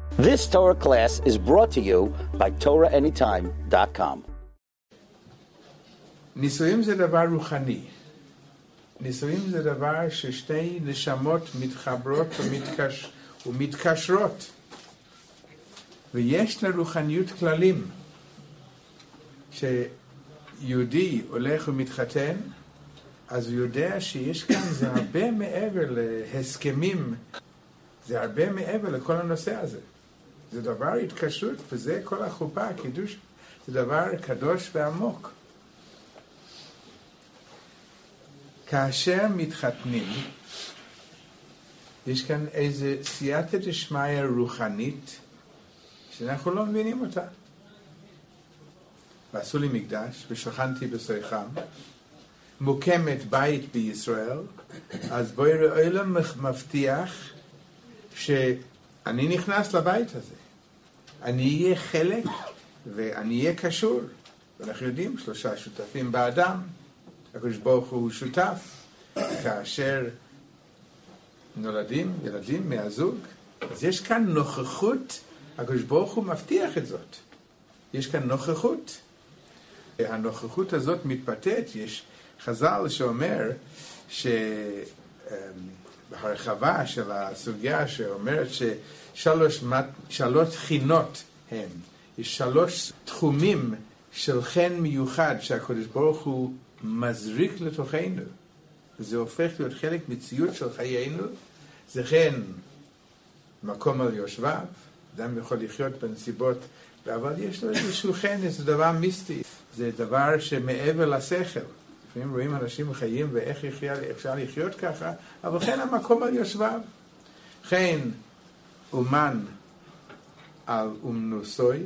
This Torah class is brought to you by TorahAnytime.com. נישואים זה דבר רוחני. נישואים זה דבר ששתי נשמות מתחברות ומתקשרות. ויש לרוחניות כללים. שיהודי הולך ומתחתן, אז הוא יודע שיש כאן, זה הרבה מעבר להסכמים, זה הרבה מעבר לכל הנושא הזה. זה דבר התקשרות, וזה כל החופה, הקידוש, זה דבר קדוש ועמוק. כאשר מתחתנים, יש כאן איזה סייעתא דשמיא רוחנית, שאנחנו לא מבינים אותה. ועשו לי מקדש, ושכנתי בסויחם, מוקמת בית בישראל, אז בורא עולם מבטיח שאני נכנס לבית הזה. אני אהיה חלק ואני אהיה קשור. ואנחנו יודעים, 3 שותפים באדם, הקדוש ברוך הוא שותף, כאשר נולדים ילדים מהזוג, אז יש כאן נוכחות, הקדוש ברוך הוא מבטיח את זאת. יש כאן נוכחות. הנוכחות הזאת מתפתת, יש חז"ל שאומר שבהרחבה של הסוגיה שאומרת ששלוש חינות הם, יש 3 תחומים של חן מיוחד שהקדוש ברוך הוא מזריק לתוכנו, וזה הופך להיות חלק מציאות של חיינו. זה חן מקום על יושביו, אדם יכול לחיות בנסיבות, אבל יש לו איזשהו חן, זה דבר מיסטי, זה דבר שמעבר לשכל. לפעמים רואים אנשים חיים ואיך אפשר לחיות ככה, אבל חן המקום על יושביו. חן אומן על אומנוסוי,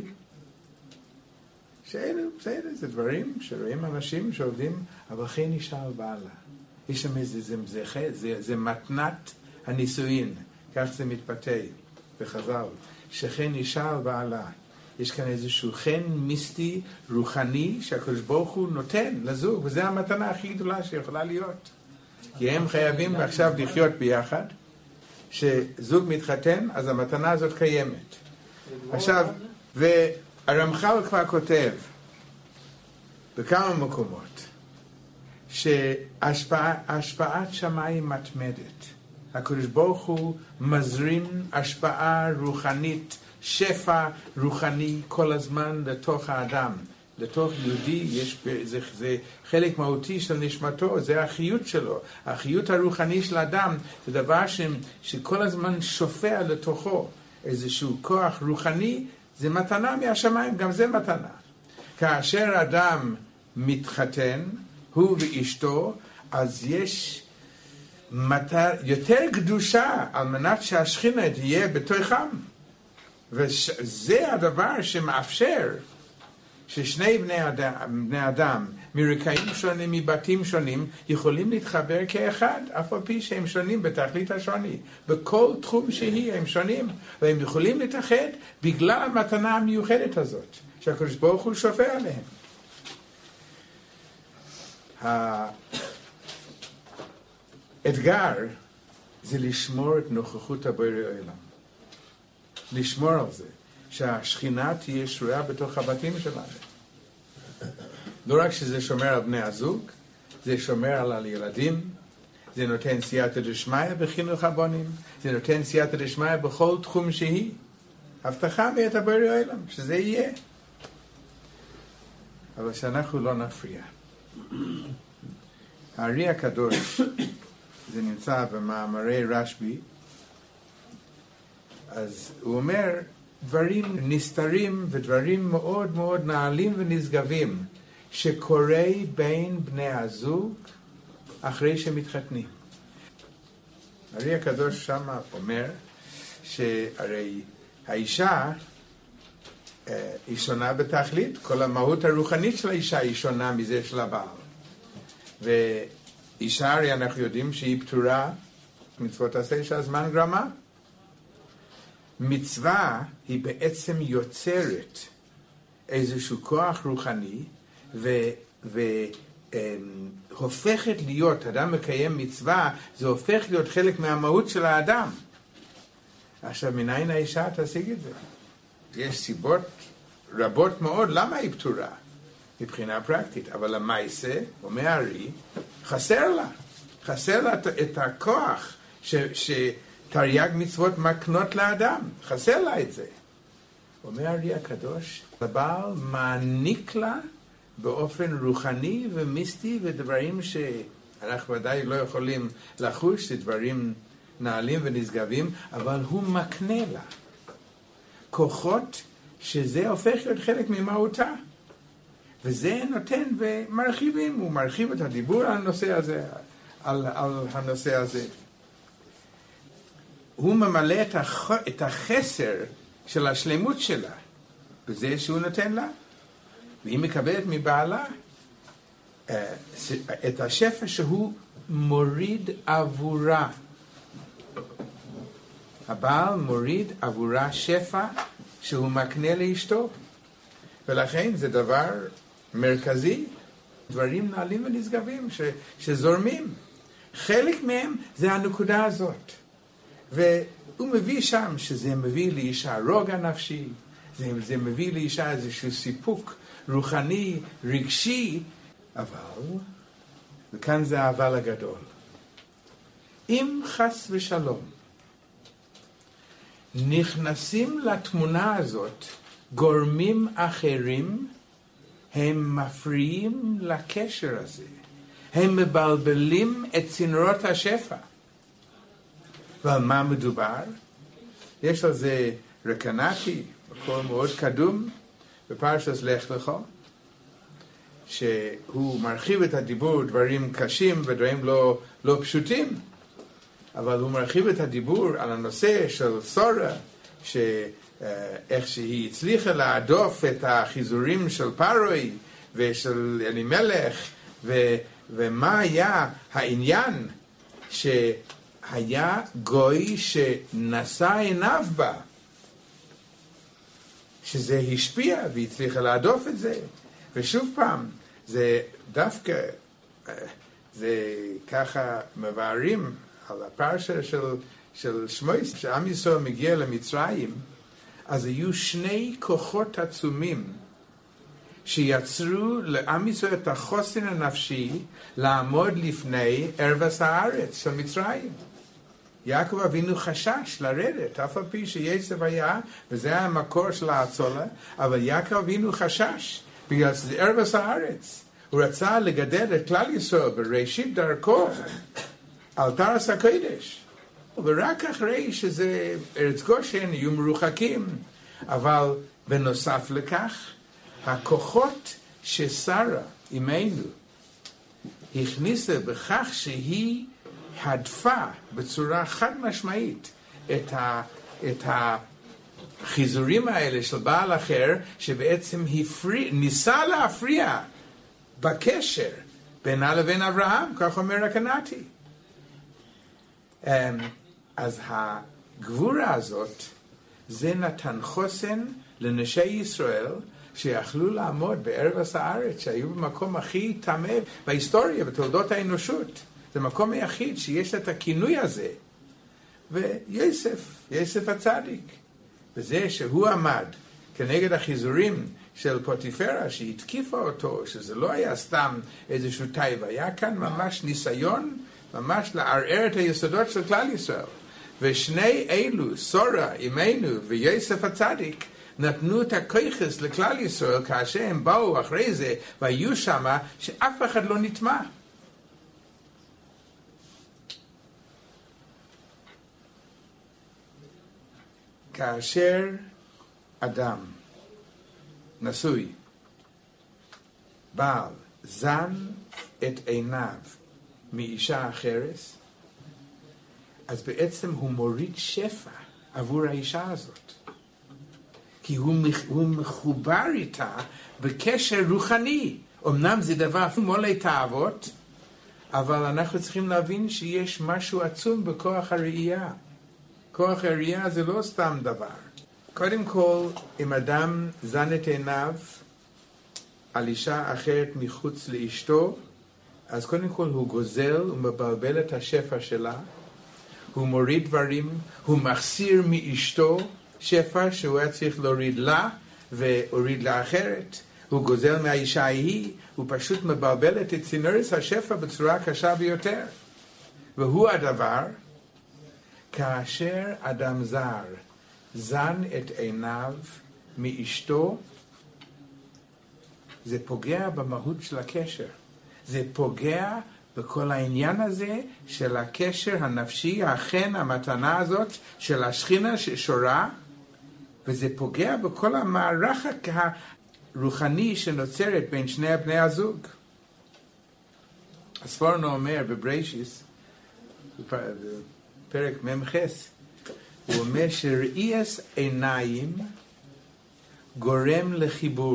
שאלה, בסדר, זה דברים שרואים אנשים שעובדים, אבל חן נשאר בעלה. יש שם איזה, זה מתנת הנישואין, כך זה מתפתח בחז"ל, שחן נשאר בעלה. יש כאן איזשהו חן מיסטי, רוחני, שהקדוש ברוך הוא נותן לזוג, וזו המתנה הכי גדולה שיכולה להיות. כי הם חייבים עכשיו לחיות ביחד, שזוג מתחתן, אז המתנה הזאת קיימת. עכשיו, והרמח"ל כבר כותב, בכמה מקומות, שהשפעת שמיים מתמדת. הקדוש ברוך הוא מזרים השפעה רוחנית, שפע רוחני כל הזמן לתוך האדם. לתוך יהודי זה חלק מהותי של נשמתו, זה החיות שלו. החיות הרוחני של האדם זה דבר שכל הזמן שופע לתוכו. איזשהו כוח רוחני, זה מתנה מהשמיים, גם זה מתנה. כאשר אדם מתחתן, הוא ואשתו, אז יש יותר קדושה על מנת שהשכינה תהיה בתוכם. וזה הדבר שמאפשר ששני בני אדם מרקעים שונים, מבתים שונים, יכולים להתחבר כאחד, אף על פי שהם שונים בתכלית השוני. בכל תחום שהיא הם שונים, והם יכולים להתאחד בגלל המתנה המיוחדת הזאת, שהקדוש ברוך הוא שופע עליהם. האתגר זה לשמור את נוכחות הבורא עולם. לשמור על זה, שהשכינה תהיה שרויה בתוך הבתים שלנו. לא רק שזה שומר על בני הזוג, זה שומר על הילדים, זה נותן סייעתא דשמיא בחינוך הבנים, זה נותן סייעתא דשמיא בכל תחום שהיא. הבטחה מאת הבורא עולם, שזה יהיה. אבל שאנחנו לא נפריע. הארי הקדוש, זה נמצא במאמרי רשב"י, אז הוא אומר דברים נסתרים ודברים מאוד מאוד נעלים ונשגבים שקורה בין בני הזוג אחרי שמתחתנים. הארי הקדוש שם אומר שהרי האישה היא שונה בתכלית, כל המהות הרוחנית של האישה היא שונה מזה של הבעל. ואישה הרי אנחנו יודעים שהיא פטורה מצוות עשה שהזמן גרמה. מצווה היא בעצם יוצרת איזשהו כוח רוחני והופכת להיות, אדם מקיים מצווה, זה הופך להיות חלק מהמהות של האדם. עכשיו, מניין האישה תשיג את זה? יש סיבות רבות מאוד למה היא פטורה, מבחינה פרקטית, אבל המעשה, אומר הארי, חסר לה את הכוח שתרי"ג מצוות מקנות לאדם, חסר לה את זה. אומר הארי הקדוש, הבעל מעניק לה באופן רוחני ומיסטי ודברים שאנחנו ודאי לא יכולים לחוש, זה דברים נעלים ונשגבים, אבל הוא מקנה לה כוחות שזה הופך להיות חלק ממהותה. וזה נותן ומרחיבים, הוא מרחיב את הדיבור על הנושא הזה, על הנושא הזה. הוא ממלא את החסר של השלמות שלה, בזה שהוא נותן לה, והיא מקבלת מבעלה את השפע שהוא מוריד עבורה. הבעל מוריד עבורה שפע שהוא מקנה לאשתו, ולכן זה דבר מרכזי, דברים נעלים ונשגבים שזורמים. חלק מהם זה הנקודה הזאת, והוא מביא שם שזה מביא לאישה רוגע נפשי, זה מביא לאישה איזשהו סיפוק רוחני, רגשי, אבל, וכאן זה האבל הגדול, אם חס ושלום נכנסים לתמונה הזאת גורמים אחרים, הם מפריעים לקשר הזה, הם מבלבלים את צינורות השפע. ועל מה מדובר? יש על זה רקנטי, מקור מאוד קדום בפרשת לך לך, שהוא מרחיב את הדיבור, דברים קשים ודברים לא פשוטים, אבל הוא מרחיב את הדיבור על הנושא של סורה, איך שהיא הצליחה להדוף את החיזורים של פרוי ושל אלימלך, ומה היה העניין שהיה גוי שנשא עיניו בה, שזה השפיע והצליחה להדוף את זה. ושוב פעם, זה דווקא, זה ככה מבארים על הפרשה של שמואל, שעם ישראל מגיע למצרים, אז היו שני כוחות עצומים שיצרו לעם ישראל את החוסן הנפשי לעמוד לפני ערבס הארץ של מצרים. יעקב אבינו חשש לרדת, אף על פי שיוסף היה, וזה היה המקור של האצולה, אבל יעקב אבינו חשש, בגלל שזה ערבס הארץ. הוא רצה לגדל את כלל ישראל בראשית דרכו, על תרס הקודש. ורק אחרי שזה ארץ גושן יהיו מרוחקים. אבל בנוסף לכך, הכוחות ששרה אימנו הכניסה בכך שהיא הדפה בצורה חד משמעית את החיזורים האלה של בעל אחר, שבעצם ניסה להפריע בקשר בינה לבין אברהם, כך אומר הקנאטי. אז הגבורה הזאת, זה נתן חוסן לנשי ישראל שיכלו לעמוד בערבס הארץ, שהיו במקום הכי טמא בהיסטוריה, בתולדות האנושות. זה מקום היחיד שיש את הכינוי הזה. ויוסף הצדיק, בזה שהוא עמד כנגד החיזורים של פוטיפרה שהתקיפה אותו, שזה לא היה סתם איזשהו טייב, היה כאן ממש ניסיון, ממש לערער את היסודות של כלל ישראל. ושני אלו, סורה, אימנו ויוסף הצדיק, נתנו את הכיחס לכלל ישראל, כאשר הם באו אחרי זה והיו שמה, שאף אחד לא נטמע. כאשר אדם נשוי, בעל, זן את עיניו מאישה אחרת, אז בעצם הוא מוריד שפע עבור האישה הזאת. כי הוא מחובר איתה בקשר רוחני. אמנם זה דבר מולא תאוות, אבל אנחנו צריכים להבין שיש משהו עצום בכוח הראייה. כוח הראייה זה לא סתם דבר. קודם כל, אם אדם זן את עיניו על אישה אחרת מחוץ לאשתו, אז קודם כל הוא גוזל ומבלבל את השפע שלה, הוא מוריד דברים, הוא מחסיר מאשתו שפע שהוא היה צריך להוריד לה והוריד לה אחרת. הוא גוזל מהאישה ההיא, הוא פשוט מבלבל את צינורס השפע בצורה קשה ביותר. והוא הדבר, כאשר אדם זר זן את עיניו מאשתו, זה פוגע במהות של הקשר. זה פוגע בכל העניין הזה של הקשר הנפשי, החן, המתנה הזאת של השכינה ששורה, וזה פוגע בכל המערך הרוחני שנוצרת בין שני בני הזוג. הספורנו אומר בבריישיס, בפרק ממחס, הוא אומר שראייס עיניים גורם לחיבור.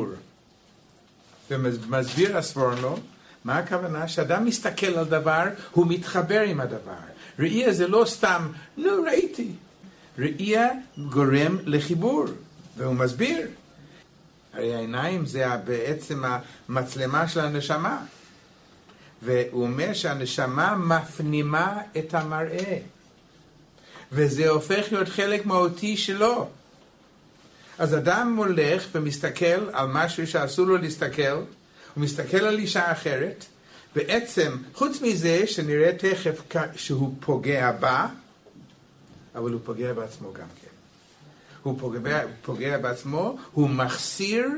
ומסביר הספורנו, מה הכוונה? שאדם מסתכל על דבר, הוא מתחבר עם הדבר. ראייה זה לא סתם, ראיתי. ראייה גורם לחיבור, והוא מסביר. הרי העיניים זה בעצם המצלמה של הנשמה. והוא אומר שהנשמה מפנימה את המראה. וזה הופך להיות חלק מהותי שלו. אז אדם הולך ומסתכל על משהו שאסור לו להסתכל, הוא מסתכל על אישה אחרת, בעצם, חוץ מזה שנראה תכף שהוא פוגע בה, אבל הוא פוגע בעצמו גם כן. הוא פוגע בעצמו, הוא מחסיר,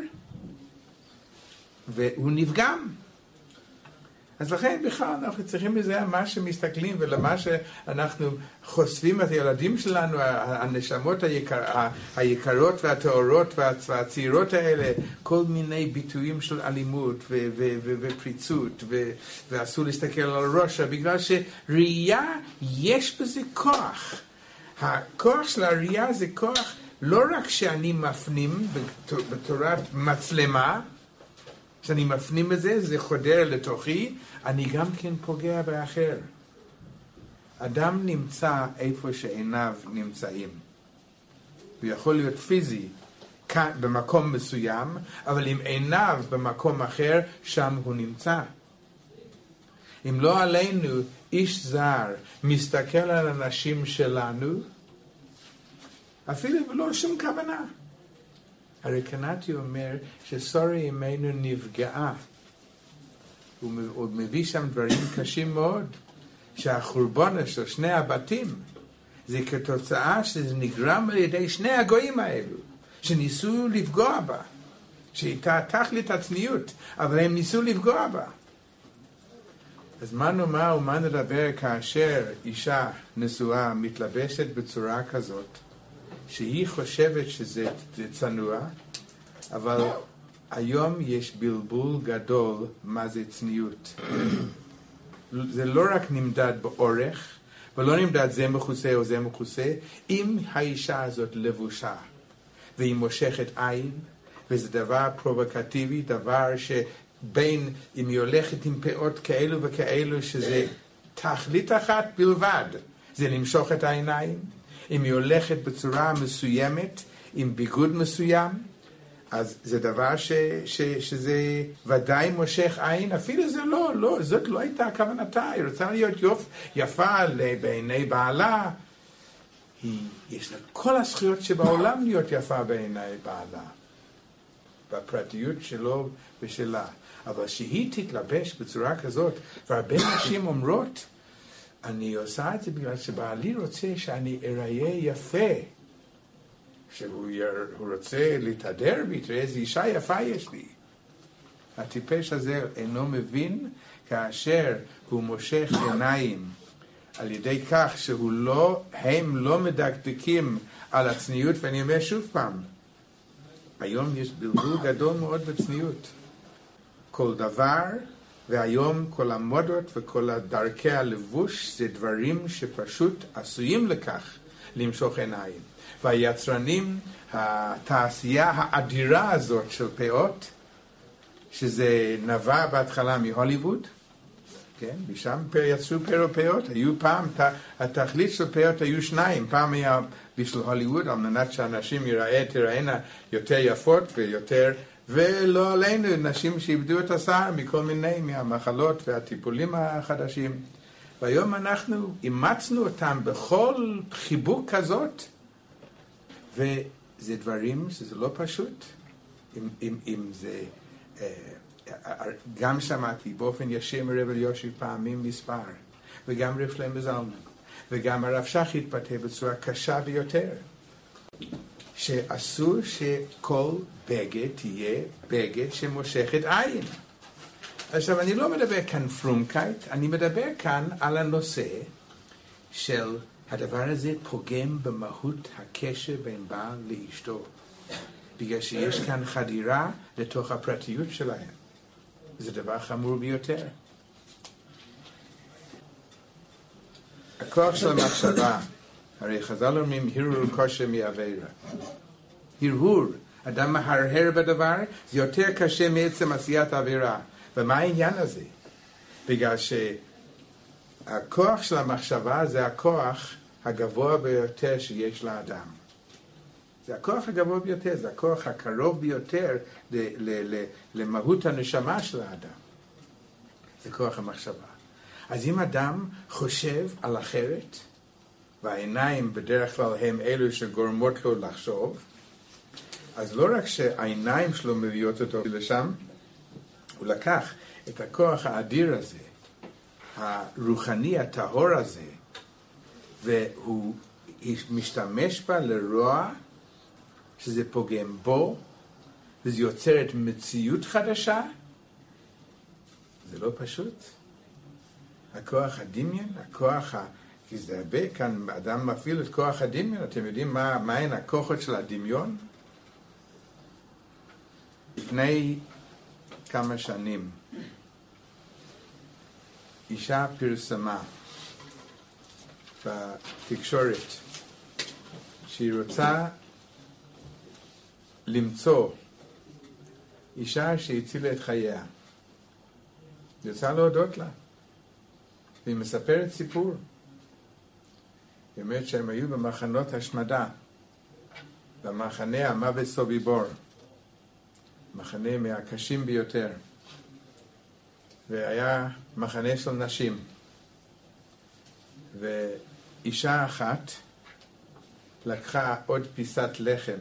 והוא נפגם. אז לכן בכלל אנחנו צריכים לזה מה שמסתכלים ולמה שאנחנו חושפים את הילדים שלנו, הנשמות היקרות והטהורות והצעירות האלה, כל מיני ביטויים של אלימות ופריצות, ואסור להסתכל על ראשה, בגלל שראייה יש בזה כוח. הכוח של הראייה זה כוח לא רק שאני מפנים בתורת מצלמה, כשאני מפנים את זה, זה חודר לתוכי, אני גם כן פוגע באחר. אדם נמצא איפה שעיניו נמצאים. הוא יכול להיות פיזי כאן, במקום מסוים, אבל עם עיניו במקום אחר, שם הוא נמצא. אם לא עלינו, איש זר מסתכל על אנשים שלנו, אפילו לא שום כוונה. הרי קנאטי אומר שסורי אמנו נפגעה. הוא מביא שם דברים קשים מאוד, שהחורבן של שני הבתים זה כתוצאה שזה נגרם על ידי שני הגויים האלו, שניסו לפגוע בה, שהייתה תכלית הצניעות, אבל הם ניסו לפגוע בה. אז מה נאמר ומה נדבר כאשר אישה נשואה מתלבשת בצורה כזאת, שהיא חושבת שזה צנוע, אבל היום יש בלבול גדול מה זה צניעות. זה לא רק נמדד באורך, ולא נמדד זה מכוסה או זה מכוסה, אם האישה הזאת לבושה, והיא מושכת עין, וזה דבר פרובוקטיבי, דבר שבין, אם היא הולכת עם פאות כאלו וכאלו, שזה תכלית אחת בלבד, זה למשוך את העיניים. אם היא הולכת בצורה מסוימת, עם ביגוד מסוים, אז זה דבר שזה ודאי מושך עין, אפילו זה לא, זאת לא הייתה כוונתה, היא רוצה להיות יפה בעיני בעלה, יש לה כל הזכויות שבעולם להיות יפה בעיני בעלה, בפרטיות שלו ושלה, אבל שהיא תתלבש בצורה כזאת, והרבה נשים אומרות, אני עושה את זה בגלל שבעלי רוצה שאני אראה יפה, שהוא רוצה להתהדר בי, תראה איזו אישה יפה יש לי. הטיפש הזה אינו מבין כאשר הוא מושך עיניים על ידי כך הם לא מדקדקים על הצניעות, ואני אומר שוב פעם, היום יש בלבול גדול מאוד בצניעות. כל דבר, והיום כל המודות וכל דרכי הלבוש זה דברים שפשוט עשויים לכך למשוך עיניים. והיצרנים, התעשייה האדירה הזאת של פאות, שזה נבע בהתחלה מהוליווד, כן? ושם יצרו פאות, היו פעם, התכלית של פאות היו שניים, פעם היה בשביל הוליווד, על מנת שאנשים תראינה יותר יפות ויותר, ולא עלינו, נשים שאיבדו את השיער מכל מיני, מהמחלות והטיפולים החדשים. והיום אנחנו אימצנו אותם בכל חיבוק כזאת, וזה דברים שזה לא פשוט. אם זה, גם שמעתי באופן ישיר מרב אלישיב פעמים מספר, וגם רב שלמה זלמן, וגם הרב שך התבטא בצורה קשה ביותר, שאסור שכל בגד תהיה בגד שמושכת עין. עכשיו, אני לא מדבר כאן פרומקייט, אני מדבר כאן על הנושא של הדבר הזה פוגם במהות הקשר בין בעל לאשתו, בגלל שיש כאן חדירה לתוך הפרטיות שלהם. זה דבר חמור ביותר. הכוח של המחשבה, הרי חז"ל אומרים הרהור קשה מעבירה. הרהור, אדם מהרהר בדבר, זה יותר קשה מעצם עשיית העבירה. ומה העניין הזה? בגלל שהכוח של המחשבה זה הכוח הגבוה ביותר שיש לאדם. זה הכוח הגבוה ביותר, זה הכוח הקרוב ביותר למהות הנשמה של האדם. זה כוח המחשבה. אז אם אדם חושב על אחרת, והעיניים בדרך כלל הם אלו שגורמות לו לחשוב, אז לא רק שהעיניים שלו מביאות אותו לשם, הוא לקח את הכוח האדיר הזה, הרוחני, הטהור הזה, והוא משתמש בה לרוע, שזה פוגם בו, וזה יוצר את מציאות חדשה. זה לא פשוט. הכוח הדמיון, כי זה הרבה, כאן אדם מפעיל את כוח הדמיון, אתם יודעים מהן הכוחות של הדמיון? לפני כמה שנים, אישה פרסמה בתקשורת שהיא רוצה למצוא אישה שהצילה את חייה. היא רוצה להודות לה. והיא מספרת סיפור. היא אומרת שהם היו במחנות השמדה, במחנה המוות סוביבור. מחנה מהקשים ביותר. והיה מחנה של נשים. ואישה אחת לקחה עוד פיסת לחם.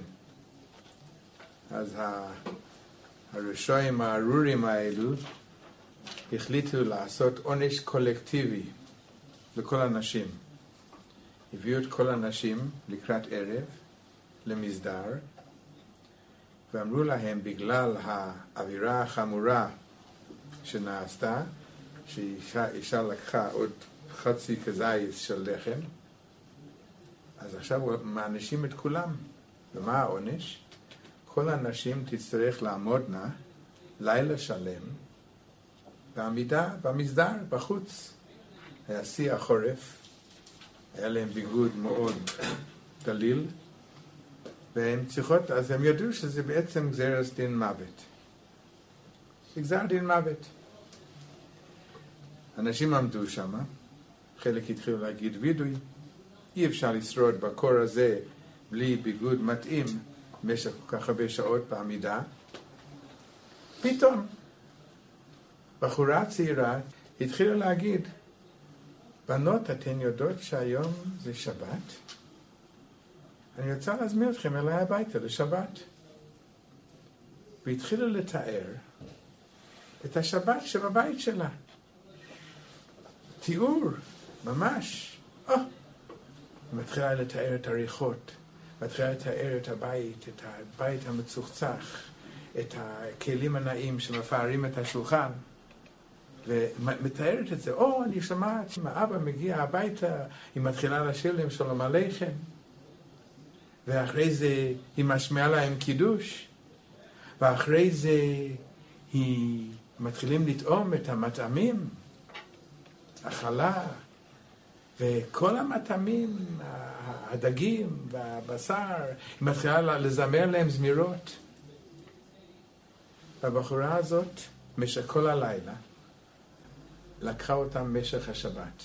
אז הרשעים הארורים האלו החליטו לעשות עונש קולקטיבי לכל הנשים. הביאו את כל הנשים לקראת ערב למסדר, ואמרו להם בגלל האווירה החמורה שנעשתה, שאישה לקחה עוד חצי כזית של לחם, אז עכשיו מענישים את כולם. ומה העונש? כל הנשים תצטרך לעמודנה לילה שלם בעמידה, במסדר, בחוץ. היה שיא החורף, היה להם ביגוד מאוד דליל, והם צריכות, אז הם ידעו שזה בעצם גזר דין מוות. גזר דין מוות. אנשים עמדו שם, חלק התחילו להגיד וידוי, אי אפשר לשרוד בקור הזה בלי ביגוד מתאים במשך כל כך הרבה שעות בעמידה. פתאום בחורה צעירה התחילה להגיד, בנות, אתן יודעות שהיום זה שבת? אני רוצה להזמין אתכם אליי הביתה לשבת. והתחילה לתאר את השבת שבבית שלה. תיאור, ממש. היא מתחילה לתאר את הריחות, מתחילה לתאר את הבית המצוחצח, את הכלים הנעים שמפארים את השולחן, ומתארת את זה. אני שמעת שהאבא מגיע הביתה, היא מתחילה לשיר להם שלום עליכם, ואחרי זה היא משמיעה להם קידוש, ואחרי זה היא מתחילים לטעום את המטעמים, החלה, וכל המטעמים, הדגים והבשר, היא מתחילה לזמר להם זמירות. והבחורה הזאת, במשך כל הלילה, לקחה אותם במשך השבת.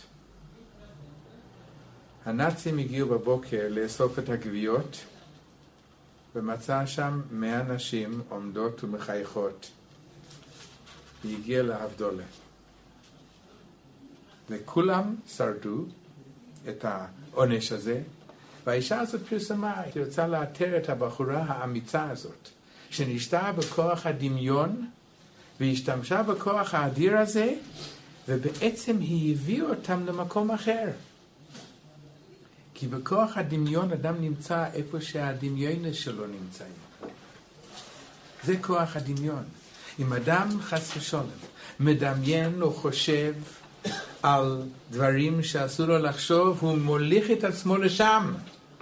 הנאצים הגיעו בבוקר לאסוף את הגוויות, ומצא שם 100 נשים עומדות ומחייכות. היא הגיעה להבדולה. וכולם שרדו את העונש הזה, והאישה הזאת פרסמה, היא רוצה לאתר את הבחורה האמיצה הזאת, שנשתה בכוח הדמיון, והשתמשה בכוח האדיר הזה, ובעצם היא הביאה אותם למקום אחר. כי בכוח הדמיון אדם נמצא איפה שהדמיון שלו נמצאים. זה כוח הדמיון. אם אדם חס ושלום מדמיין או חושב על דברים שאסור לו לחשוב, הוא מוליך את עצמו לשם.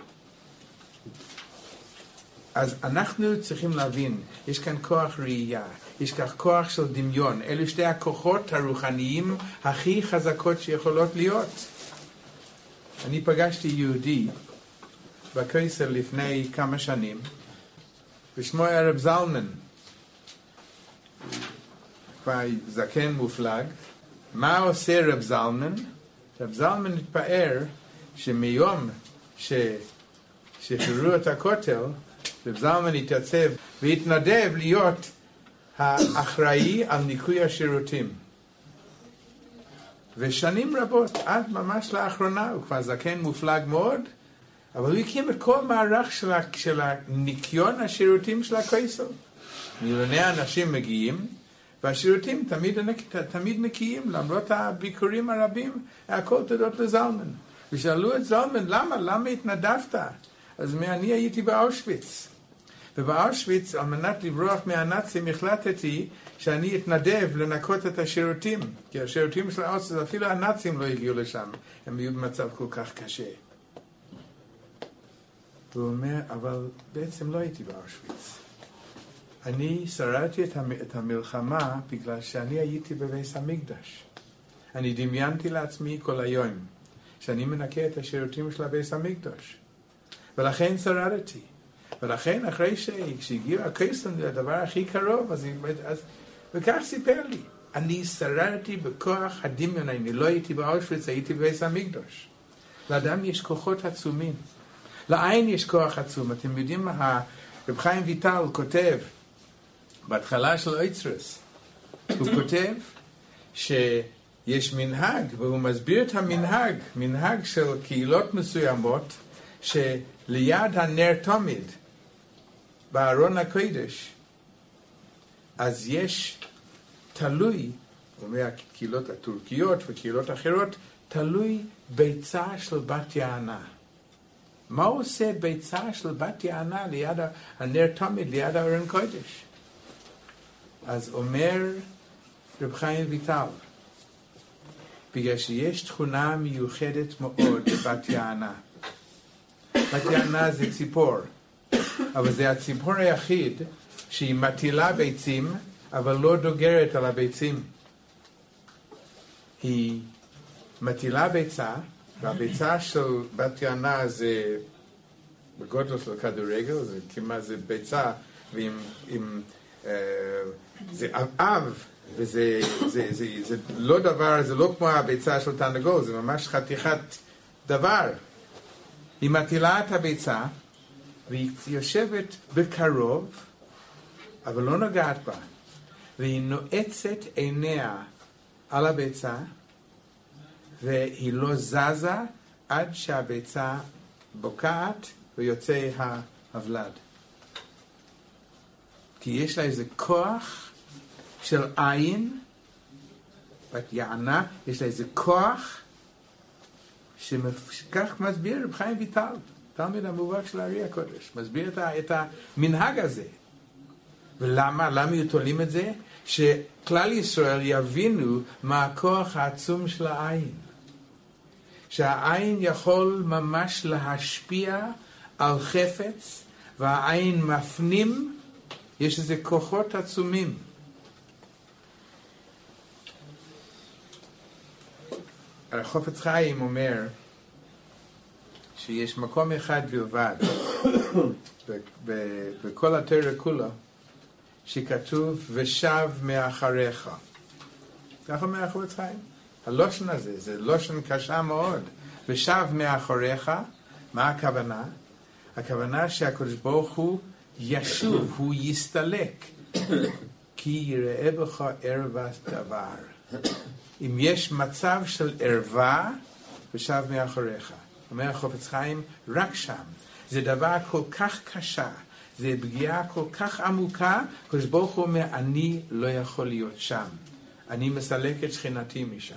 אז אנחנו צריכים להבין, יש כאן כוח ראייה, יש כאן כוח של דמיון. אלו שתי הכוחות הרוחניים הכי חזקות שיכולות להיות. אני פגשתי יהודי בקייסר לפני כמה שנים, ושמו היה רב זלמן, כבר זקן מופלג. מה עושה רב זלמן? רב זלמן התפאר שמיום ששחררו את הכותל, רב זלמן התייצב והתנדב להיות האחראי על ניקוי השירותים. ושנים רבות, עד ממש לאחרונה, הוא כבר זקן מופלג מאוד, אבל הוא הקים את כל מערך של ניקיון השירותים של הקייסל. מיליוני אנשים מגיעים, והשירותים תמיד נקיים, למרות הביקורים הרבים, הכל תודות לזלמן. ושאלו את זלמן, למה התנדבת? אז אני הייתי באושוויץ. ובאושוויץ, על מנת לברוח מהנאצים, החלטתי שאני אתנדב לנקות את השירותים. כי השירותים של האושוויץ, אפילו הנאצים לא הגיעו לשם. הם היו במצב כל כך קשה. והוא אומר, אבל בעצם לא הייתי באושוויץ. אני שרדתי את המלחמה בגלל שאני הייתי בבית המקדש. אני דמיינתי לעצמי כל היום שאני מנקה את השירותים של בית המקדש. ולכן שרדתי. ולכן אחרי שהגיעו הקייסל, הדבר הכי קרוב, וכך סיפר לי. אני שרדתי בכוח הדמיון, אני לא הייתי באושוויץ, הייתי בבית המקדש. לאדם יש כוחות עצומים. לעין יש כוח עצום. אתם יודעים מה רב חיים ויטל כותב בהתחלה של אויצרס. הוא כותב שיש מנהג, והוא מסביר את המנהג, מנהג של קהילות מסוימות, שליד הנר תמיד, בארון הקודש, אז יש תלוי, הוא אומר, הקהילות הטורקיות וקהילות אחרות, תלוי ביצה של בת יענה. מה עושה ביצה של בת יענה ליד הנר תמיד, ליד הארון קודש? אז אומר רב חיים ויטל, בגלל שיש תכונה מיוחדת מאוד בבת יענה. בת יענה זה ציפור, אבל זה הציפור היחיד שהיא מטילה ביצים, אבל לא דוגרת על הביצים. היא מטילה ביצה, והביצה של בת יענה זה בגודל של כדורגל, זה כמעט זה ביצה, זה אב, וזה לא דבר, זה לא כמו הביצה של תרנגול, זה ממש חתיכת דבר. היא מטילה את הביצה, והיא יושבת בקרוב, אבל לא נוגעת בה, והיא נועצת עיניה על הביצה, והיא לא זזה עד שהביצה בוקעת ויוצא הוולד. כי יש לה איזה כוח של עין, בת יענה, יש לה איזה כוח, שכך מסביר רב חיים ויטל, תלמיד המובהק של הארי הקודש, מסביר את המנהג הזה. ולמה תולים את זה? שכלל ישראל יבינו מה הכוח העצום של העין. שהעין יכול ממש להשפיע על חפץ, והעין מפנים, יש איזה כוחות עצומים. החפץ חיים אומר שיש מקום אחד בלבד בכל התורה כולה שכתוב ושב מאחריך. כך אומר החפץ חיים. הלושן הזה, זה לושן קשה מאוד. ושב מאחריך, מה הכוונה? הכוונה שהקדוש ברוך הוא ישוב, הוא יסתלק, כי יראה בך ערוות דבר. אם יש מצב של ערווה, ושב מאחוריך. אומר החפץ חיים, רק שם. זה דבר כל כך קשה, זה פגיעה כל כך עמוקה, הקדוש ברוך הוא אומר, אני לא יכול להיות שם. אני מסלק את שכינתי משם.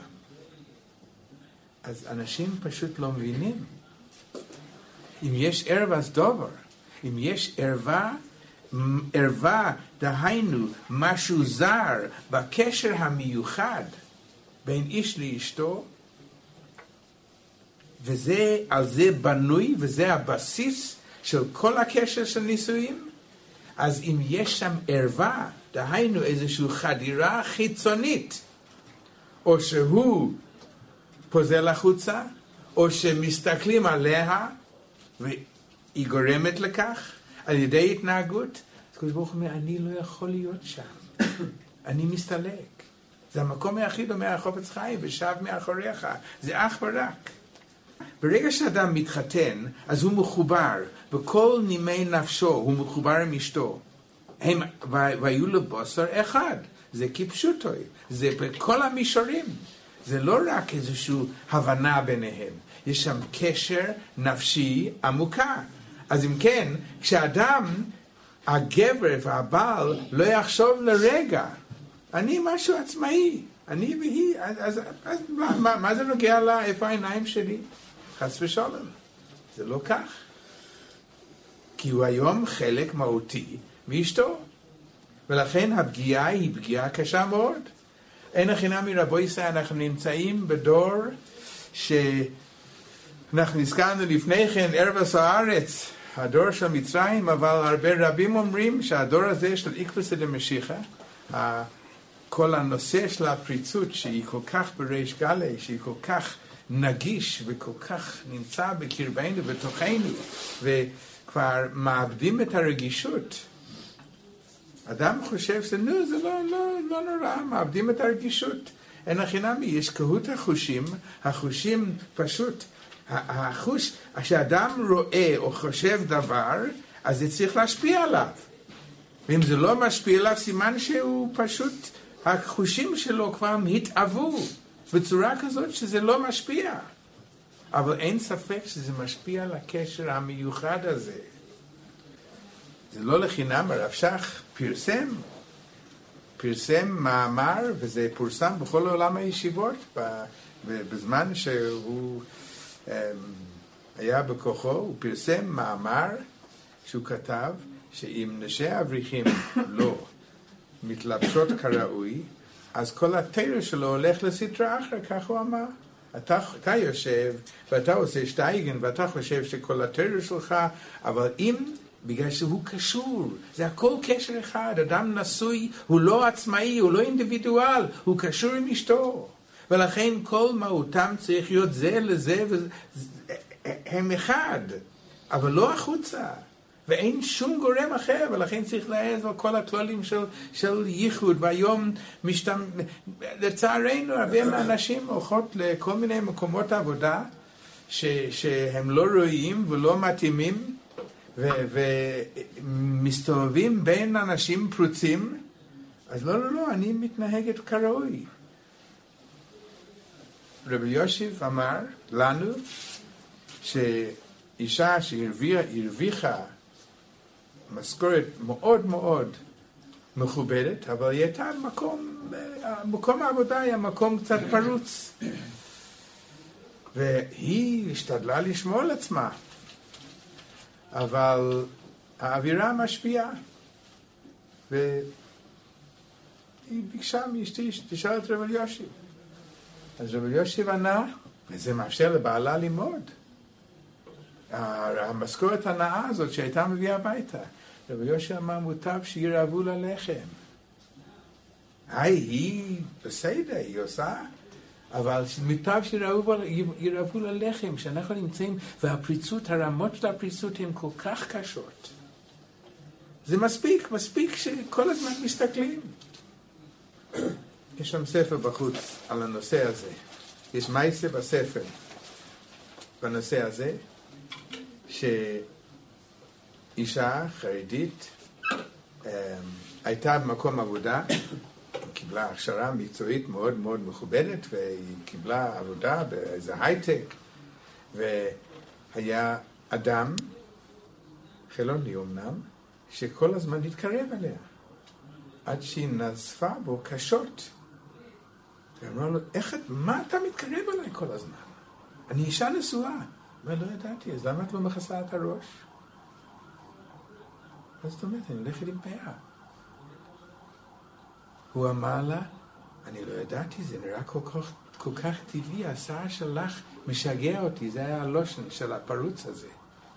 אז אנשים פשוט לא מבינים. אם יש ערווה אז דובר. אם יש ערווה, דהיינו, משהו זר, בקשר המיוחד בין איש לאשתו, וזה, על זה בנוי, וזה הבסיס של כל הקשר של נישואים, אז אם יש שם ערווה, דהיינו איזושהי חדירה חיצונית, או שהוא פוזל החוצה, או שמסתכלים עליה, והיא גורמת לכך, על ידי התנהגות, אז הקדוש ברוך הוא אומר, אני לא יכול להיות שם. אני מסתלק. זה המקום היחיד, אומר החפץ חיים, ושב מאחוריך. זה אך ורק. ברגע שאדם מתחתן, אז הוא מחובר, בכל נימי נפשו, הוא מחובר עם אשתו. והיו לו בשר אחד. זה כפשוטוי. זה בכל המישורים. זה לא רק איזושהי הבנה ביניהם. יש שם קשר נפשי עמוקה. אז אם כן, כשאדם, הגבר והבעל, לא יחשוב לרגע, אני משהו עצמאי, אני והיא, אז מה זה נוגע לה, איפה העיניים שלי? חס ושלום. זה לא כך. כי הוא היום חלק מהותי מאשתו. ולכן הפגיעה היא פגיעה קשה מאוד. אין החינם מרבו ישראל, אנחנו נמצאים בדור אנחנו נזכרנו לפני כן, ערבס הארץ, הדור של מצרים, אבל הרבה רבים אומרים שהדור הזה של עקבתא דמשיחא, כל הנושא של הפריצות שהיא כל כך בריש גלי, שהיא כל כך נגיש וכל כך נמצא בקרבנו בתוכנו, וכבר מאבדים את הרגישות. אדם חושב שזה לא נורא, מאבדים את הרגישות. אין החינמי, יש קהות החושים, החושים פשוט, החוש, כשאדם רואה או חושב דבר, אז זה צריך להשפיע עליו. ואם זה לא משפיע עליו, סימן שהוא פשוט, החושים שלו כבר התאהבו בצורה כזאת שזה לא משפיע. אבל אין ספק שזה משפיע על הקשר המיוחד הזה. זה לא לחינם, הרב שך פרסם מאמר, וזה פורסם בכל עולם הישיבות, בזמן שהוא היה בכוחו, הוא פרסם מאמר שהוא כתב, שאם נשי האברכים לא מתלבשות כראוי, אז כל התורה שלו הולך לסטרה אחר, כך הוא אמר. אתה יושב, ואתה עושה שטייגן, ואתה חושב שכל התורה שלך, אבל אם, בגלל שהוא קשור, זה הכל קשר אחד, אדם נשוי, הוא לא עצמאי, הוא לא אינדיבידואל, הוא קשור עם אשתו. ולכן כל מהותם צריך להיות זה לזה, הם אחד, אבל לא החוצה. ואין שום גורם אחר, ולכן צריך להעז על כל הכללים של ייחוד, והיום לצערנו הרבה מהאנשים הולכות לכל מיני מקומות עבודה, שהם לא רואים ולא מתאימים, ומסתובבים בין אנשים פרוצים, אז לא, אני מתנהגת כראוי. רבי יושיב אמר לנו, שאישה שהרוויחה משכורת מאוד מאוד מכובדת, אבל היא הייתה מקום העבודה היה מקום קצת פרוץ. והיא השתדלה לשמור על עצמה. אבל האווירה משפיעה. והיא ביקשה מאשתי שתשאל את רבי יושיב. אז רבי יושיב ענה, וזה מאפשר לבעלה ללמוד. המשכורת הנאה הזאת שהייתה מביאה הביתה. רבי יושיב אמר, מוטב שירעבו ללחם. היא בסדר, היא עושה, אבל מוטב שירעבו ללחם, שאנחנו נמצאים, והפריצות, הרמות של הפריצות הן כל כך קשות. זה מספיק שכל הזמן מסתכלים. יש שם ספר בחוץ על הנושא הזה. יש מייסה בספר בנושא הזה, שאישה חרדית הייתה במקום עבודה, קיבלה הכשרה מקצועית מאוד מאוד מכובדת, והיא קיבלה עבודה באיזה הייטק, והיה אדם, חילוני אמנם, שכל הזמן התקרב אליה, עד שהיא נזפה בו קשות. ואמרה לו, מה אתה מתקרב אליי כל הזמן? אני אישה נשואה. אבל לא ידעתי, אז למה את לא מכסה את הראש? אז זאת אומרת, אני הולכת עם פאה. הוא אמר לה, אני לא ידעתי, זה נראה כל כך טבעי, השיער שלך משגע אותי, זה היה הלושן של הפרוץ הזה.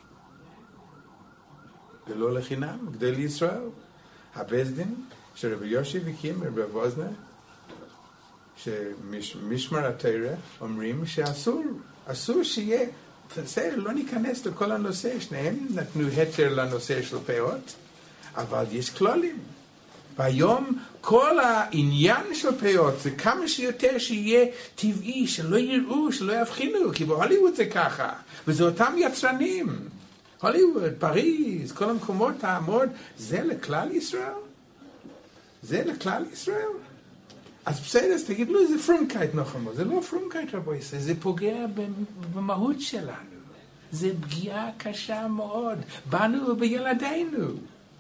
ולא לחינם, גדול ישראל, הבסדין, שרבי יושי וקים ורבי ווזנר, שמשמר התורה אומרים אסור שיהיה, בסדר, לא ניכנס לכל הנושא, שניהם נתנו היתר לנושא של פאות, אבל יש כללים. והיום כל העניין של פאות זה כמה שיותר שיהיה טבעי, שלא יראו, שלא יבחינו, כי בהוליווד זה ככה, וזה אותם יצרנים. הוליווד, פריז, כל המקומות העמוד, זה לכלל ישראל? זה לכלל ישראל? אז בסדר, אז תגיד, לא, זה פרומקייט נוחמו, זה לא פרומקייט רבוי, זה פוגע במהות שלנו. זה פגיעה קשה מאוד, בנו ובילדינו.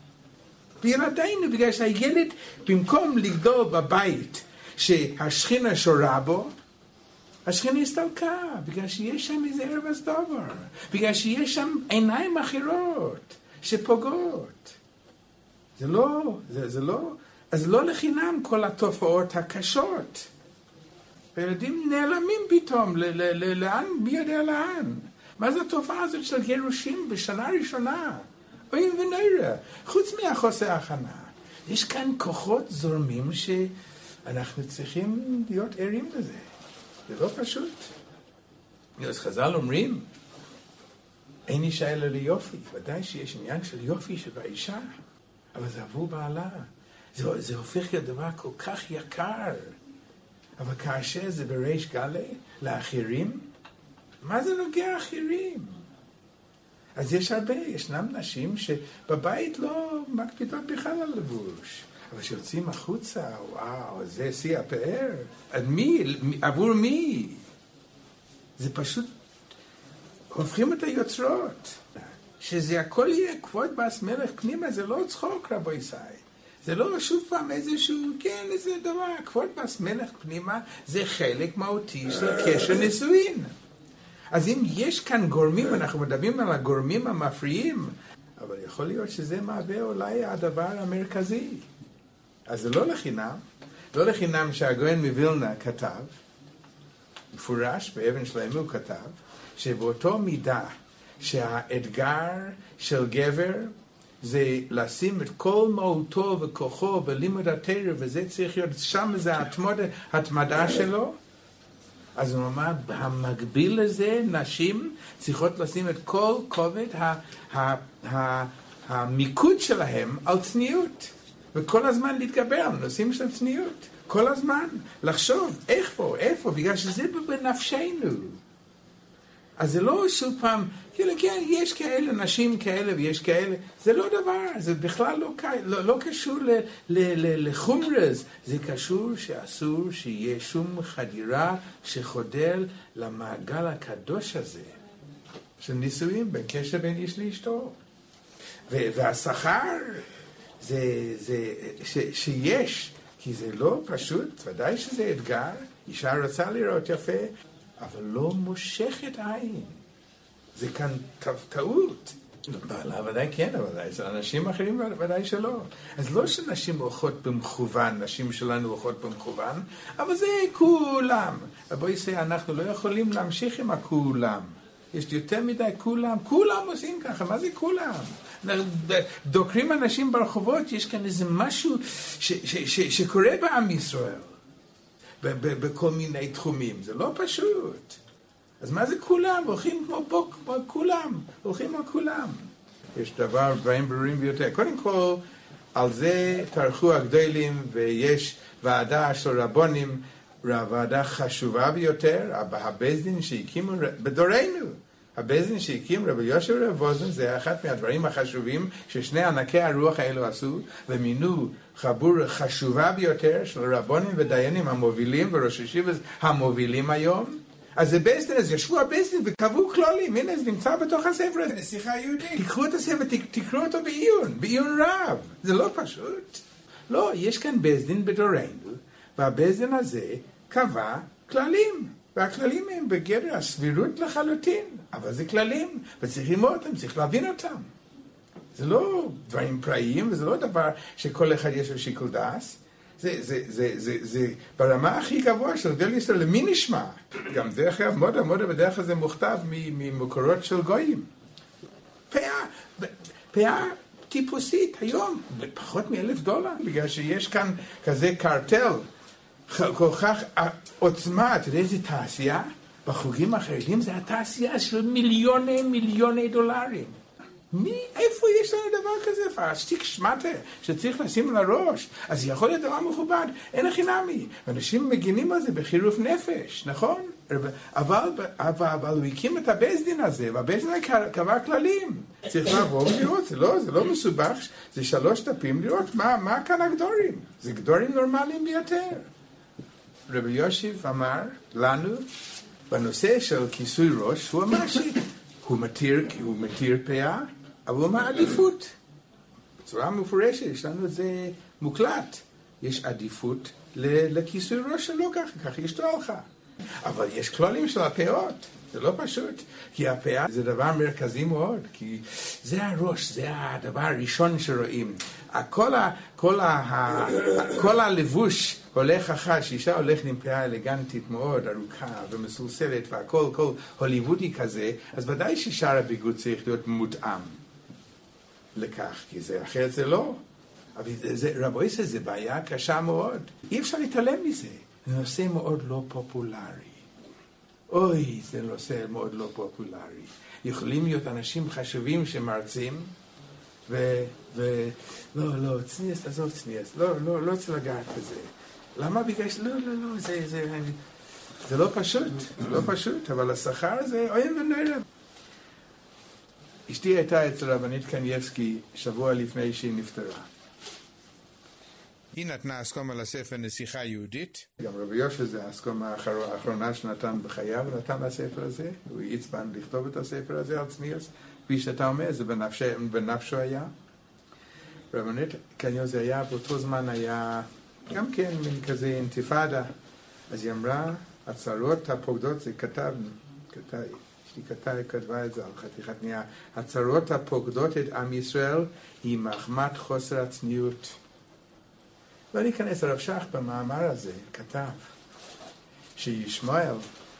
בילדינו, בגלל שהילד, במקום לגדול בבית שהשכינה שורה בו, השכינה הסתלקה, בגלל שיש שם איזה ערב הסדובר, בגלל שיש שם עיניים אחרות שפוגעות. זה לא, אז לא לחינם כל התופעות הקשות. הילדים נעלמים פתאום, לאן, מי יודע לאן? מה זה התופעה הזאת של גירושים בשנה ראשונה? אוי ונראה, חוץ מהחוסר הכנה. יש כאן כוחות זורמים שאנחנו צריכים להיות ערים לזה. זה לא פשוט. אז חז"ל אומרים, אין אישה אלא ליופי. ודאי שיש עניין של יופי שבאישה, אבל זה עבור בעלה. זה הופך להיות דבר כל כך יקר. אבל כאשר זה בריש גלי לאחרים, מה זה נוגע אחרים? אז ישנם נשים שבבית לא מקפידות בכלל על לבוש. אבל שיוצאים החוצה, וואו, זה שיא הפאר. עבור מי? זה פשוט, הופכים את היוצרות. שזה הכל יהיה כבוד בעס מלך פנימה, זה לא צחוק רבו ישראל. זה לא שוב פעם איזשהו, כן, איזה דבר. כבוד בעס מלך פנימה זה חלק מהותי של קשר נישואין. אז אם יש כאן גורמים, אנחנו מדברים על הגורמים המפריעים, אבל יכול להיות שזה מהווה אולי הדבר המרכזי. אז זה לא לחינם שהגאון מווילנה כתב, מפורש באבן שלמה הוא כתב, שבאותו מידה שהאתגר של גבר זה לשים את כל מהותו וכוחו בלימוד התורה, וזה צריך להיות, שם זה התמדה שלו, אז הוא אומר, במקביל לזה, נשים צריכות לשים את כל כובד המיקוד שלהם על צניעות. וכל הזמן להתגבר על נושאים של צניעות. כל הזמן לחשוב איפה, בגלל שזה בנפשנו. אז זה לא שוב פעם, כאילו, כן, יש כאלה, נשים כאלה ויש כאלה, זה לא דבר, זה בכלל לא קשור לחומרז, זה קשור שאסור שיהיה שום חדירה שחודר למעגל הקדוש הזה, של נישואים בין קשר בין איש לאשתו. והשכר זה שיש, כי זה לא פשוט, ודאי שזה אתגר, אישה רוצה לראות יפה, אבל לא מושכת עין. זה כאן טעות. בעלה ודאי כן, אבל אנשים אחרים ודאי שלא. אז לא שנשים הולכות במכוון, נשים שלנו הולכות במכוון, אבל זה כולם. בואי נעשה, אנחנו לא יכולים להמשיך עם הכולם. יש יותר מדי כולם עושים ככה, מה זה כולם? דוקרים אנשים ברחובות, יש כאן איזה משהו שקורה בעם ישראל. בכל מיני תחומים. זה לא פשוט. אז מה זה כולם? הולכים כמו כולם. הולכים על כולם. יש דברים ברורים ביותר. קודם כל, על זה תערכו הגדולים, ויש ועדה של רבונים, ועדה חשובה ביותר, הבית דין שהקימו בדורנו. הבית דין שהקים רבי יהושע ורב ווזנר זה אחד מהדברים החשובים ששני ענקי הרוח האלו עשו, ומינו חבורה חשובה ביותר של רבונים ודיינים המובילים וראש ישיבה המובילים היום. אז זה בית דין, אז ישבו הבית דין וקבעו כללים. הנה, זה נמצא בתוך הספר הזה, נסיכה יהודית. תיקחו את הספר, תקראו אותו בעיון רב. זה לא פשוט. לא, יש כאן בית דין בדורנו, והבית דין הזה קבע כללים. והכללים הם בגדר הסבירות לחלוטין, אבל זה כללים, וצריך ללמוד אותם, צריך להבין אותם. זה לא דברים פראיים, וזה לא דבר שכל אחד יש לו שיקול דעת. זה ברמה הכי גבוה של גדול ישראל, למי נשמע? גם דרך אגב, מודה בדרך כלל זה מוכתב ממקורות של גויים. פאה טיפוסית היום, בפחות $1,000, בגלל שיש כאן כזה קרטל, כל כך עוצמה. אתה יודע איזה תעשייה? בחוגים החרדים זה התעשייה של מיליוני דולרים. איפה יש לנו דבר כזה? פרסטיק שמטה שצריך לשים על הראש. אז יכול להיות דבר מכובד, אין הכי נמי. אנשים מגינים על זה בחירוף נפש, נכון? אבל הוא הקים את הבית דין הזה, והבית דין קבע כללים. צריך לעבור ולראות, זה לא מסובך, זה 3 דפים לראות מה כאן הגדורים. זה גדורים נורמליים ביותר. רבי יושיב אמר לנו, בנושא של כיסוי ראש, הוא אמר שהוא מתיר פאה, אבל הוא אמר עדיפות. בצורה מפורשת, יש לנו את זה מוקלט. יש עדיפות לכיסוי ראש שלו ככה ישתו לך. אבל יש כללים של הפאות, זה לא פשוט. כי הפאה זה דבר מרכזי מאוד, כי זה הראש, זה הדבר הראשון שרואים. כל הלבוש הולך אחת, שאישה הולכת עם פאה אלגנטית מאוד ארוכה ומסולסלת והכל הוליוודי כזה, אז ודאי ששאר הביגוד צריך להיות מותאם לכך, כי זה אחרת זה לא. אבל רבו ישראל זה בעיה קשה מאוד. אי אפשר להתעלם מזה. זה נושא מאוד לא פופולרי. אוי, זה נושא מאוד לא פופולרי. יכולים להיות אנשים חשובים שמרצים, לא, צניאס, עזוב צניאס, לא צריך לגעת בזה. למה? בגלל לא, זה לא פשוט, אבל השכר הזה, אוי ונראה. אשתי הייתה אצל רבנית קנייבסקי שבוע לפני שהיא נפטרה. היא נתנה הסכמה לספר נסיכה יהודית. גם רבי יהושע זה ההסכמה האחרונה שנתן בחייו, נתן לספר הזה. הוא הצבן לכתוב את הספר הזה על צניאס. כפי שאתה אומר, זה בנפשו היה. רבנית קנייבסקי היה, באותו זמן היה גם כן מין כזה אינתיפאדה. אז היא אמרה, הצרות הפוקדות, זה כתבה את זה על חתיכת נייר. הצרות הפוקדות את עם ישראל היא מחמת חוסר הצניעות. לא ניכנס, הרב שך במאמר הזה כתב שישמעאל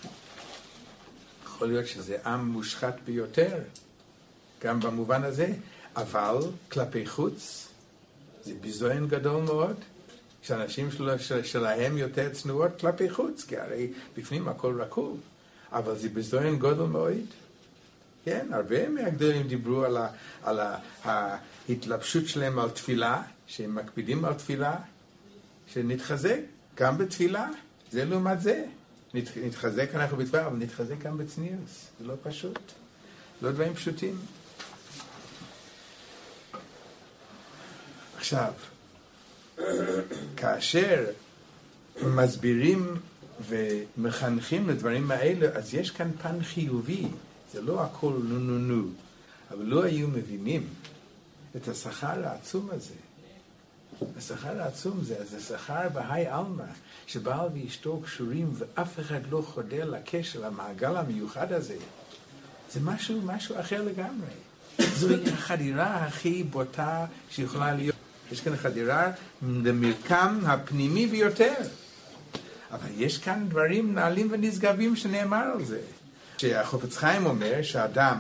יכול להיות שזה עם מושחת ביותר, גם במובן הזה, אבל כלפי חוץ זה ביזיון גדול מאוד, שאנשים שלהם יותר צנועות כלפי חוץ, כי הרי בפנים הכל רקוב, אבל זה ביזיון גדול מאוד. כן, הרבה מהגדולים דיברו על ההתלבשות שלהם על תפילה, שהם מקפידים על תפילה, שנתחזק גם בתפילה, זה לעומת זה. נתחזק אנחנו בתפילה, אבל נתחזק גם בצניעות. זה לא פשוט. לא דברים פשוטים. עכשיו, כאשר מסבירים ומחנכים לדברים האלה, אז יש כאן פן חיובי. זה לא הכל נו. אבל לא היו מבינים את השכר העצום הזה. השכר העצום זה שכר בהי אלמה, שבעל ואשתו קשורים ואף אחד לא חודר לקשר, למעגל המיוחד הזה. זה משהו אחר לגמרי. זוהי החדירה הכי בוטה שיכולה להיות. יש כאן חדירה למרקם הפנימי ביותר. אבל יש כאן דברים נעלים ונשגבים שנאמר על זה. שהחפץ חיים אומר שאדם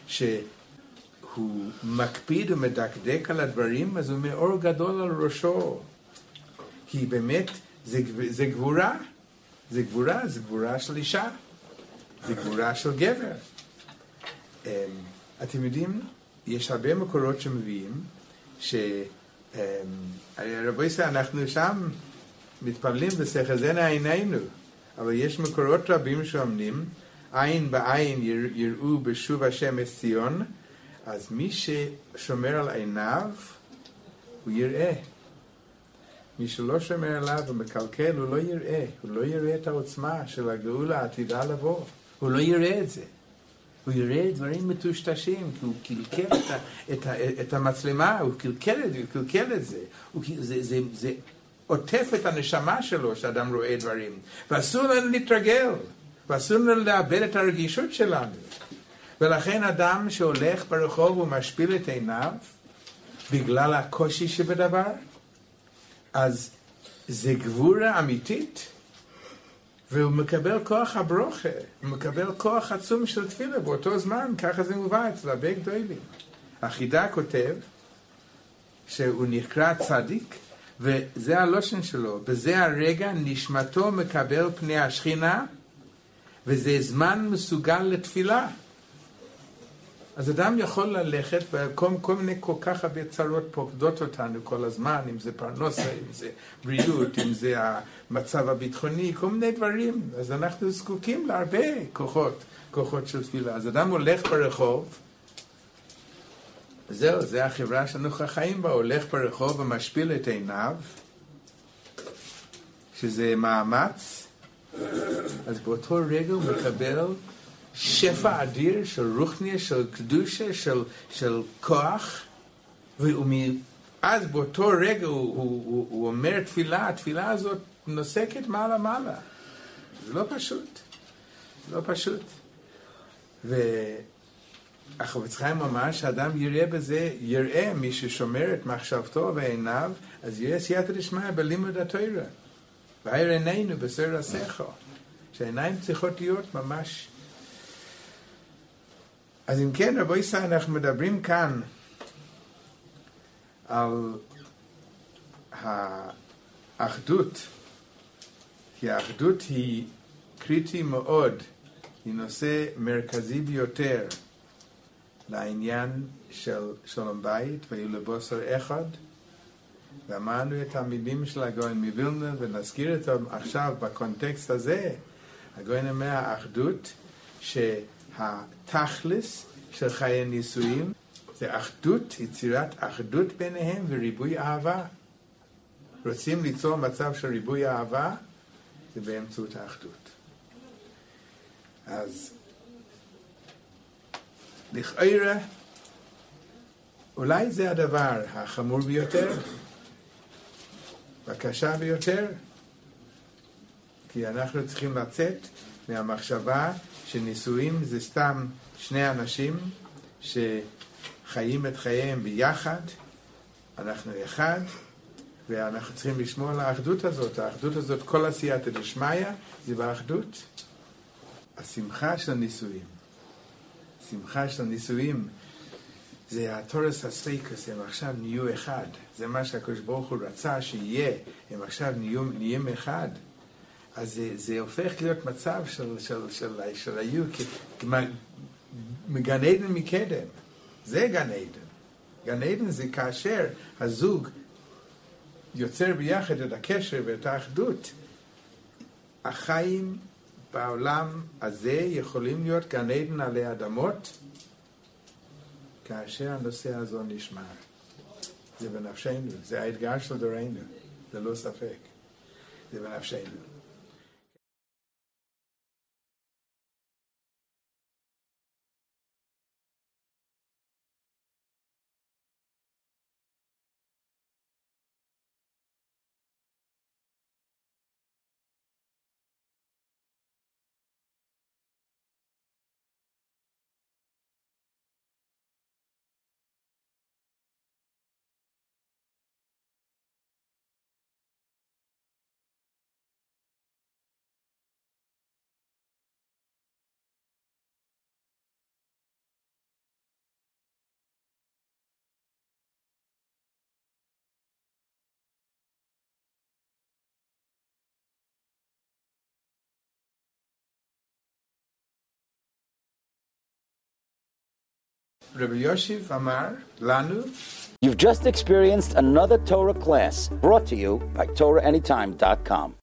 הוא מקפיד ומדקדק על הדברים, אז הוא מאור גדול על ראשו. כי באמת זה גבורה. זה גבורה של אישה. זה גבורה של גבר. אתם יודעים, יש הרבה מקורות שמביאים, רבו ישראל, אנחנו שם מתפללים בשכל זה עינינו, אבל יש מקורות רבים שאומרים עין בעין יראו בשוב השם את ציון, אז מי ששומר על עיניו, הוא יראה. מי שלא שומר עליו ומקלקל, הוא לא יראה. הוא לא יראה את העוצמה של הגאולה העתידה לבוא. הוא לא יראה את זה. הוא יראה דברים מטושטשים, כי הוא קלקל את המצלמה, הוא קלקל את זה. זה עוטף את הנשמה שלו, שאדם רואה דברים. ואסור לנו להתרגל, ואסור לנו לאבד את הרגישות שלנו. ולכן אדם שהולך ברחוב ומשפיל את עיניו, בגלל הקושי שבדבר, אז זה גבורה אמיתית, והוא מקבל כוח הברוכה, הוא מקבל כוח עצום של תפילה באותו זמן, ככה זה מובא אצל הרבה גדולים. החידה כותב שהוא נקרא צדיק, וזה הלושן שלו, בזה הרגע נשמתו מקבל פני השכינה, וזה זמן מסוגל לתפילה. אז אדם יכול ללכת, וכל מיני כל כך הרבה צרות פוקדות אותנו כל הזמן, אם זה פרנסה, אם זה בריאות, אם זה המצב הביטחוני, כל מיני דברים. אז אנחנו זקוקים להרבה כוחות של תפילה. אז אדם הולך ברחוב, זהו, זה החברה שאנחנו חיים בה, הולך ברחוב ומשפיל את עיניו, שזה מאמץ, אז באותו רגע הוא מקבל שפע אדיר של רוחניה, של קדושה, של כוח, ואז באותו רגע הוא אומר תפילה, התפילה הזאת נוסקת מעלה. זה לא פשוט. לא פשוט. והחפץ חיים ממש, האדם יראה בזה, יראה מי ששומר את מחשבתו ועיניו, אז יראה סייעתא דשמיא בלימוד התורה. והאיר עינינו בסר השכל. שהעיניים צריכות להיות ממש. אז אם כן, רבו ישראל, אנחנו מדברים כאן על האחדות, כי האחדות היא קריטי מאוד, היא נושא מרכזי ביותר לעניין של שלום בית, והיו לבוסר אחד, ואמרנו את המילים של הגאון מווילנה, ונזכיר אותם עכשיו בקונטקסט הזה. הגאון אומר האחדות, שהתכלס של חיי נישואים זה אחדות, יצירת אחדות ביניהם וריבוי אהבה. רוצים ליצור מצב של ריבוי אהבה, זה באמצעות האחדות. אז לכאורה, אולי זה הדבר החמור ביותר, והקשה ביותר, כי אנחנו צריכים לצאת מהמחשבה שנישואים זה סתם שני אנשים שחיים את חייהם ביחד, אנחנו אחד, ואנחנו צריכים לשמור על האחדות הזאת. האחדות הזאת, כל עשייתא דשמיא, זה באחדות. השמחה של הנישואים, שמחה של הנישואים, זה התורס הספיקוס, הם עכשיו נהיו אחד. זה מה שהקדוש ברוך הוא רצה שיהיה, הם עכשיו נהיים אחד. אז זה הופך להיות מצב של היו מגן עדן מקדם. זה גן עדן. גן עדן זה כאשר הזוג יוצר ביחד את הקשר ואת האחדות. החיים בעולם הזה יכולים להיות גן עדן עלי אדמות, כאשר הנושא הזה נשמע. זה בנפשנו, זה האתגר של דורנו, זה לא ספק. זה בנפשנו. Rabbi Yosef אמר לנו, You've just experienced another Torah class brought to you by TorahAnytime.com.